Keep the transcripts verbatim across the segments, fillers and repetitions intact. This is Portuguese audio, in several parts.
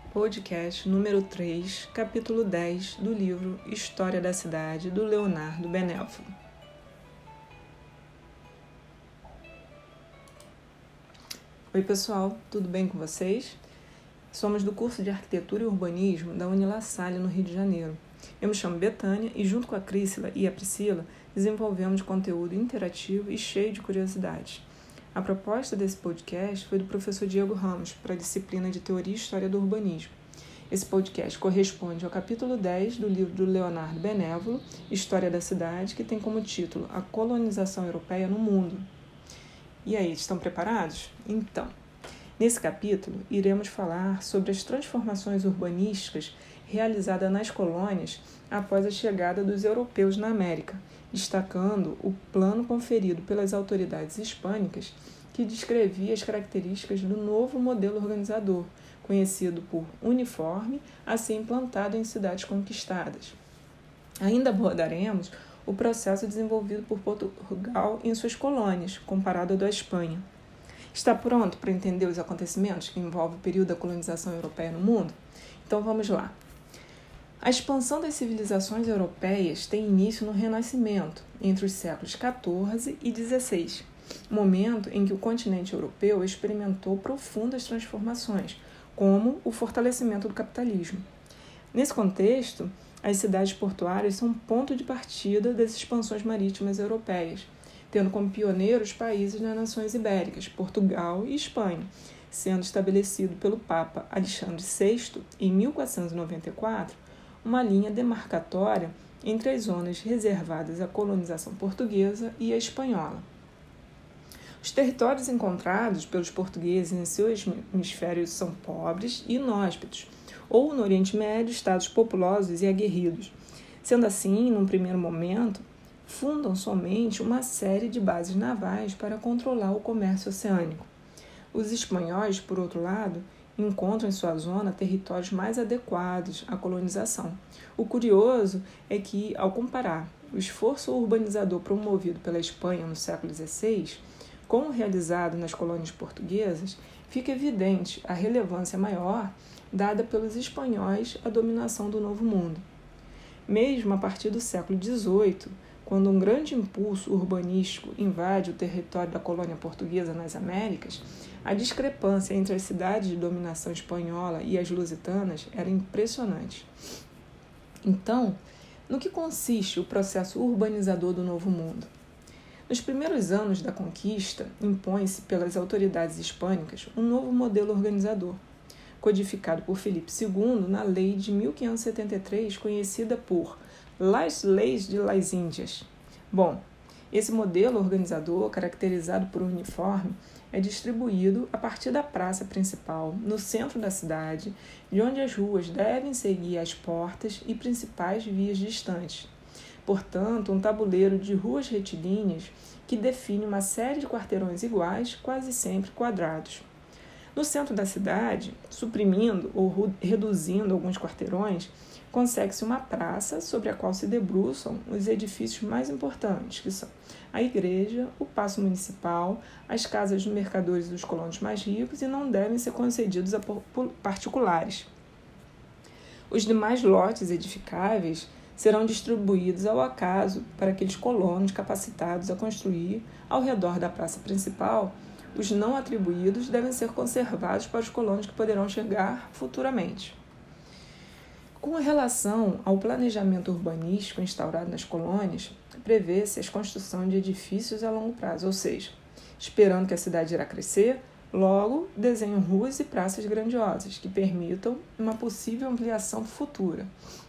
podcast número três, capítulo dez do livro História da Cidade, do Leonardo Benévolo. Oi pessoal, tudo bem com vocês? Somos do curso de Arquitetura e Urbanismo da Unila Salle, no Rio de Janeiro. Eu me chamo Betânia e junto com a Crícila e a Priscila desenvolvemos conteúdo interativo e cheio de curiosidades. A proposta desse podcast foi do professor Diego Ramos para a disciplina de Teoria e História do Urbanismo. Esse podcast corresponde ao capítulo dez do livro do Leonardo Benévolo, História da Cidade, que tem como título A Colonização Europeia no Mundo. E aí, estão preparados? Então, nesse capítulo, iremos falar sobre as transformações urbanísticas realizadas nas colônias após a chegada dos europeus na América, destacando o plano conferido pelas autoridades hispânicas que descrevia as características do novo modelo organizador, conhecido por uniforme, assim implantado em cidades conquistadas. Ainda abordaremos o processo desenvolvido por Portugal em suas colônias, comparado ao da Espanha. Está pronto para entender os acontecimentos que envolvem o período da colonização europeia no mundo? Então vamos lá. A expansão das civilizações europeias tem início no Renascimento, entre os séculos quatorze e dezesseis, momento em que o continente europeu experimentou profundas transformações, como o fortalecimento do capitalismo. Nesse contexto, as cidades portuárias são ponto de partida das expansões marítimas europeias, tendo como pioneiros países das nações ibéricas, Portugal e Espanha, sendo estabelecido pelo Papa Alexandre sexto, em mil quatrocentos e noventa e quatro, uma linha demarcatória entre as zonas reservadas à colonização portuguesa e a espanhola. Os territórios encontrados pelos portugueses em seu hemisfério são pobres e inóspitos, ou no Oriente Médio, estados populosos e aguerridos. Sendo assim, num primeiro momento, fundam somente uma série de bases navais para controlar o comércio oceânico. Os espanhóis, por outro lado, encontram em sua zona territórios mais adequados à colonização. O curioso é que, ao comparar o esforço urbanizador promovido pela Espanha no século dezesseis com o realizado nas colônias portuguesas, fica evidente a relevância maior dada pelos espanhóis à dominação do Novo Mundo. Mesmo a partir do século dezoito, quando um grande impulso urbanístico invade o território da colônia portuguesa nas Américas, a discrepância entre as cidades de dominação espanhola e as lusitanas era impressionante. Então, no que consiste o processo urbanizador do Novo Mundo? Nos primeiros anos da conquista, impõe-se pelas autoridades hispânicas um novo modelo organizador, codificado por Filipe segundo na Lei de mil quinhentos e setenta e três, conhecida por Las Leis de las Índias. Bom, esse modelo organizador, caracterizado por uniforme, é distribuído a partir da praça principal, no centro da cidade, de onde as ruas devem seguir as portas e principais vias distantes. Portanto, um tabuleiro de ruas retilíneas que define uma série de quarteirões iguais, quase sempre quadrados. No centro da cidade, suprimindo ou reduzindo alguns quarteirões, consegue-se uma praça sobre a qual se debruçam os edifícios mais importantes, que são a igreja, o paço municipal, as casas dos mercadores e dos colonos mais ricos, e não devem ser concedidos a particulares. Os demais lotes edificáveis serão distribuídos ao acaso para aqueles colonos capacitados a construir ao redor da praça principal. Os não atribuídos devem ser conservados para os colonos que poderão chegar futuramente. Com relação ao planejamento urbanístico instaurado nas colônias, prevê-se a construção de edifícios a longo prazo, ou seja, esperando que a cidade irá crescer, logo desenham ruas e praças grandiosas que permitam uma possível ampliação futura.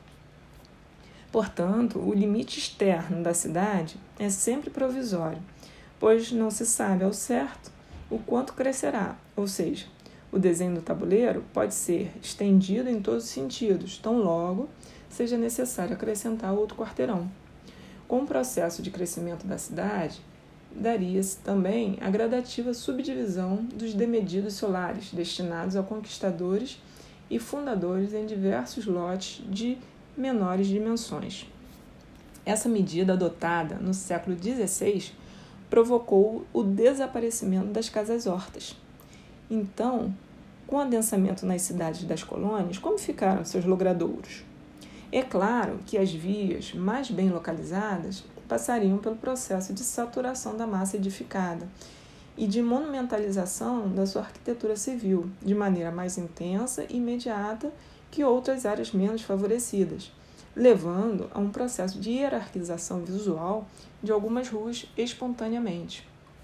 Portanto, o limite externo da cidade é sempre provisório, pois não se sabe ao certo o quanto crescerá, ou seja, o desenho do tabuleiro pode ser estendido em todos os sentidos, tão logo seja necessário acrescentar outro quarteirão. Com o processo de crescimento da cidade, daria-se também a gradativa subdivisão dos demedidos solares, destinados a conquistadores e fundadores em diversos lotes de menores dimensões. Essa medida, adotada no século dezesseis, provocou o desaparecimento das casas-hortas. Então, Com o adensamento nas cidades das colônias, como ficaram seus logradouros? É claro que as vias mais bem localizadas passariam pelo processo de saturação da massa edificada e de monumentalização da sua arquitetura civil, de maneira mais intensa e imediata que outras áreas menos favorecidas, levando a um processo de hierarquização visual de algumas ruas espontaneamente.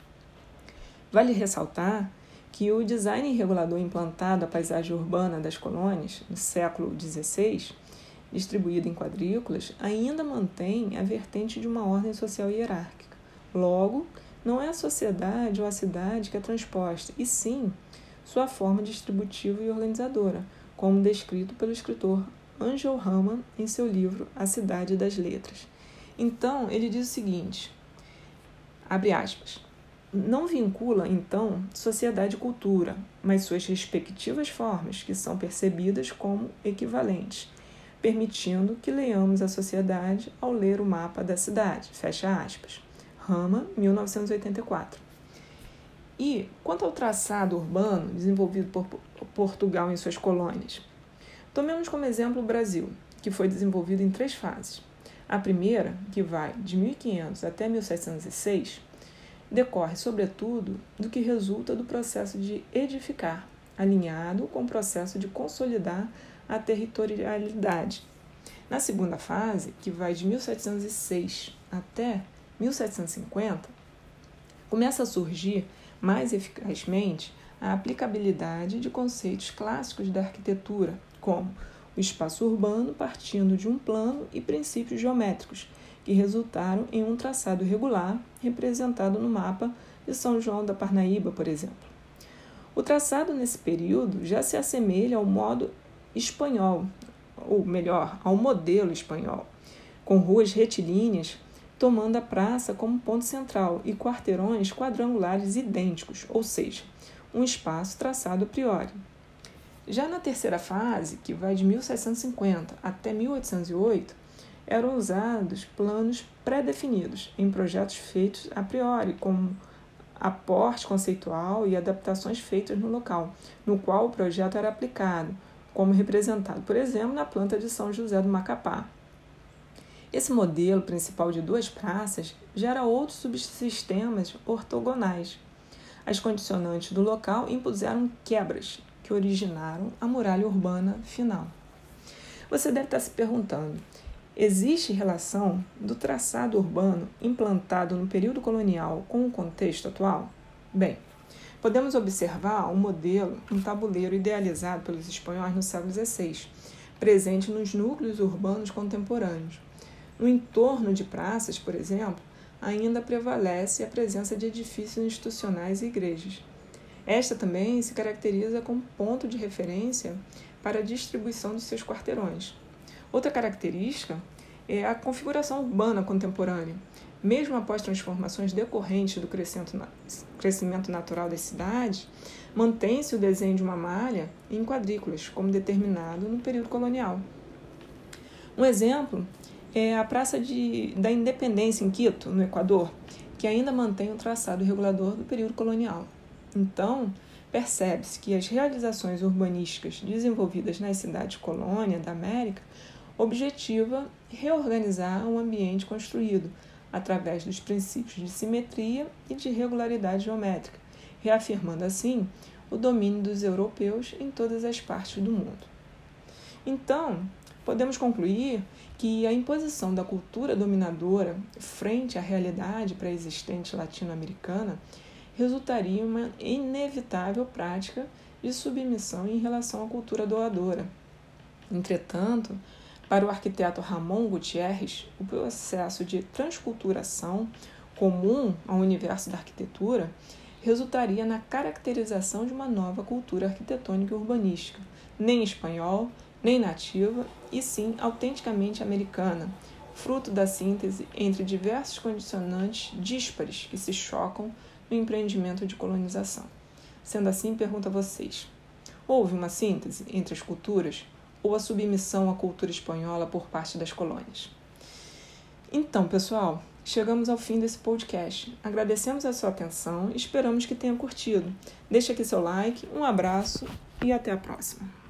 Vale ressaltar que o design regulador implantado à paisagem urbana das colônias no século dezesseis, distribuído em quadrículas, ainda mantém a vertente de uma ordem social hierárquica. Logo, não é a sociedade ou a cidade que é transposta, e sim sua forma distributiva e organizadora, como descrito pelo escritor Angel Hamman em seu livro A Cidade das Letras. Então, ele diz o seguinte, abre aspas, não vincula, então, sociedade e cultura, mas suas respectivas formas, que são percebidas como equivalentes, permitindo que leiamos a sociedade ao ler o mapa da cidade, fecha aspas. Hamman, mil novecentos e oitenta e quatro. E, quanto ao traçado urbano desenvolvido por Portugal em suas colônias, tomemos como exemplo o Brasil, que foi desenvolvido em três fases. A primeira, que vai de mil e quinhentos até mil setecentos e seis, decorre, sobretudo, do que resulta do processo de edificar, alinhado com o processo de consolidar a territorialidade. Na segunda fase, que vai de mil setecentos e seis até mil setecentos e cinquenta, começa a surgir mais eficazmente a aplicabilidade de conceitos clássicos da arquitetura, como o espaço urbano partindo de um plano e princípios geométricos, que resultaram em um traçado regular representado no mapa de São João da Parnaíba, por exemplo. O traçado nesse período já se assemelha ao modo espanhol, ou melhor, ao modelo espanhol, com ruas retilíneas tomando a praça como ponto central e quarteirões quadrangulares idênticos, ou seja, um espaço traçado a priori. Já na terceira fase, que vai de mil setecentos e cinquenta até mil oitocentos e oito, eram usados planos pré-definidos em projetos feitos a priori, como aporte conceitual e adaptações feitas no local, no qual o projeto era aplicado, como representado, por exemplo, na planta de São José do Macapá. Esse modelo principal de duas praças gera outros subsistemas ortogonais. As condicionantes do local impuseram quebras, que originaram a muralha urbana final. Você deve estar se perguntando, existe relação do traçado urbano implantado no período colonial com o contexto atual? Bem, podemos observar um modelo, um tabuleiro idealizado pelos espanhóis no século dezesseis, presente nos núcleos urbanos contemporâneos. No entorno de praças, por exemplo, ainda prevalece a presença de edifícios institucionais e igrejas. Esta também se caracteriza como ponto de referência para a distribuição dos seus quarteirões. Outra característica é a configuração urbana contemporânea. Mesmo após transformações decorrentes do crescimento natural das cidades, mantém-se o desenho de uma malha em quadrículas, como determinado no período colonial. Um exemplo é a Praça de, da Independência em Quito, no Equador, que ainda mantém o traçado regulador do período colonial. Então, percebe-se que as realizações urbanísticas desenvolvidas nas cidades-colônia da América objetiva reorganizar um ambiente construído através dos princípios de simetria e de regularidade geométrica, reafirmando assim o domínio dos europeus em todas as partes do mundo. Então, podemos concluir que a imposição da cultura dominadora frente à realidade pré-existente latino-americana resultaria em uma inevitável prática de submissão em relação à cultura doadora. Entretanto, para o arquiteto Ramon Gutierrez, o processo de transculturação comum ao universo da arquitetura resultaria na caracterização de uma nova cultura arquitetônica e urbanística, nem espanhol, nem nativa, e sim autenticamente americana, fruto da síntese entre diversos condicionantes díspares que se chocam no empreendimento de colonização. Sendo assim, pergunto a vocês, houve uma síntese entre as culturas ou a submissão à cultura espanhola por parte das colônias? Então, pessoal, chegamos ao fim desse podcast. Agradecemos a sua atenção e esperamos que tenha curtido. Deixe aqui seu like, um abraço e até a próxima.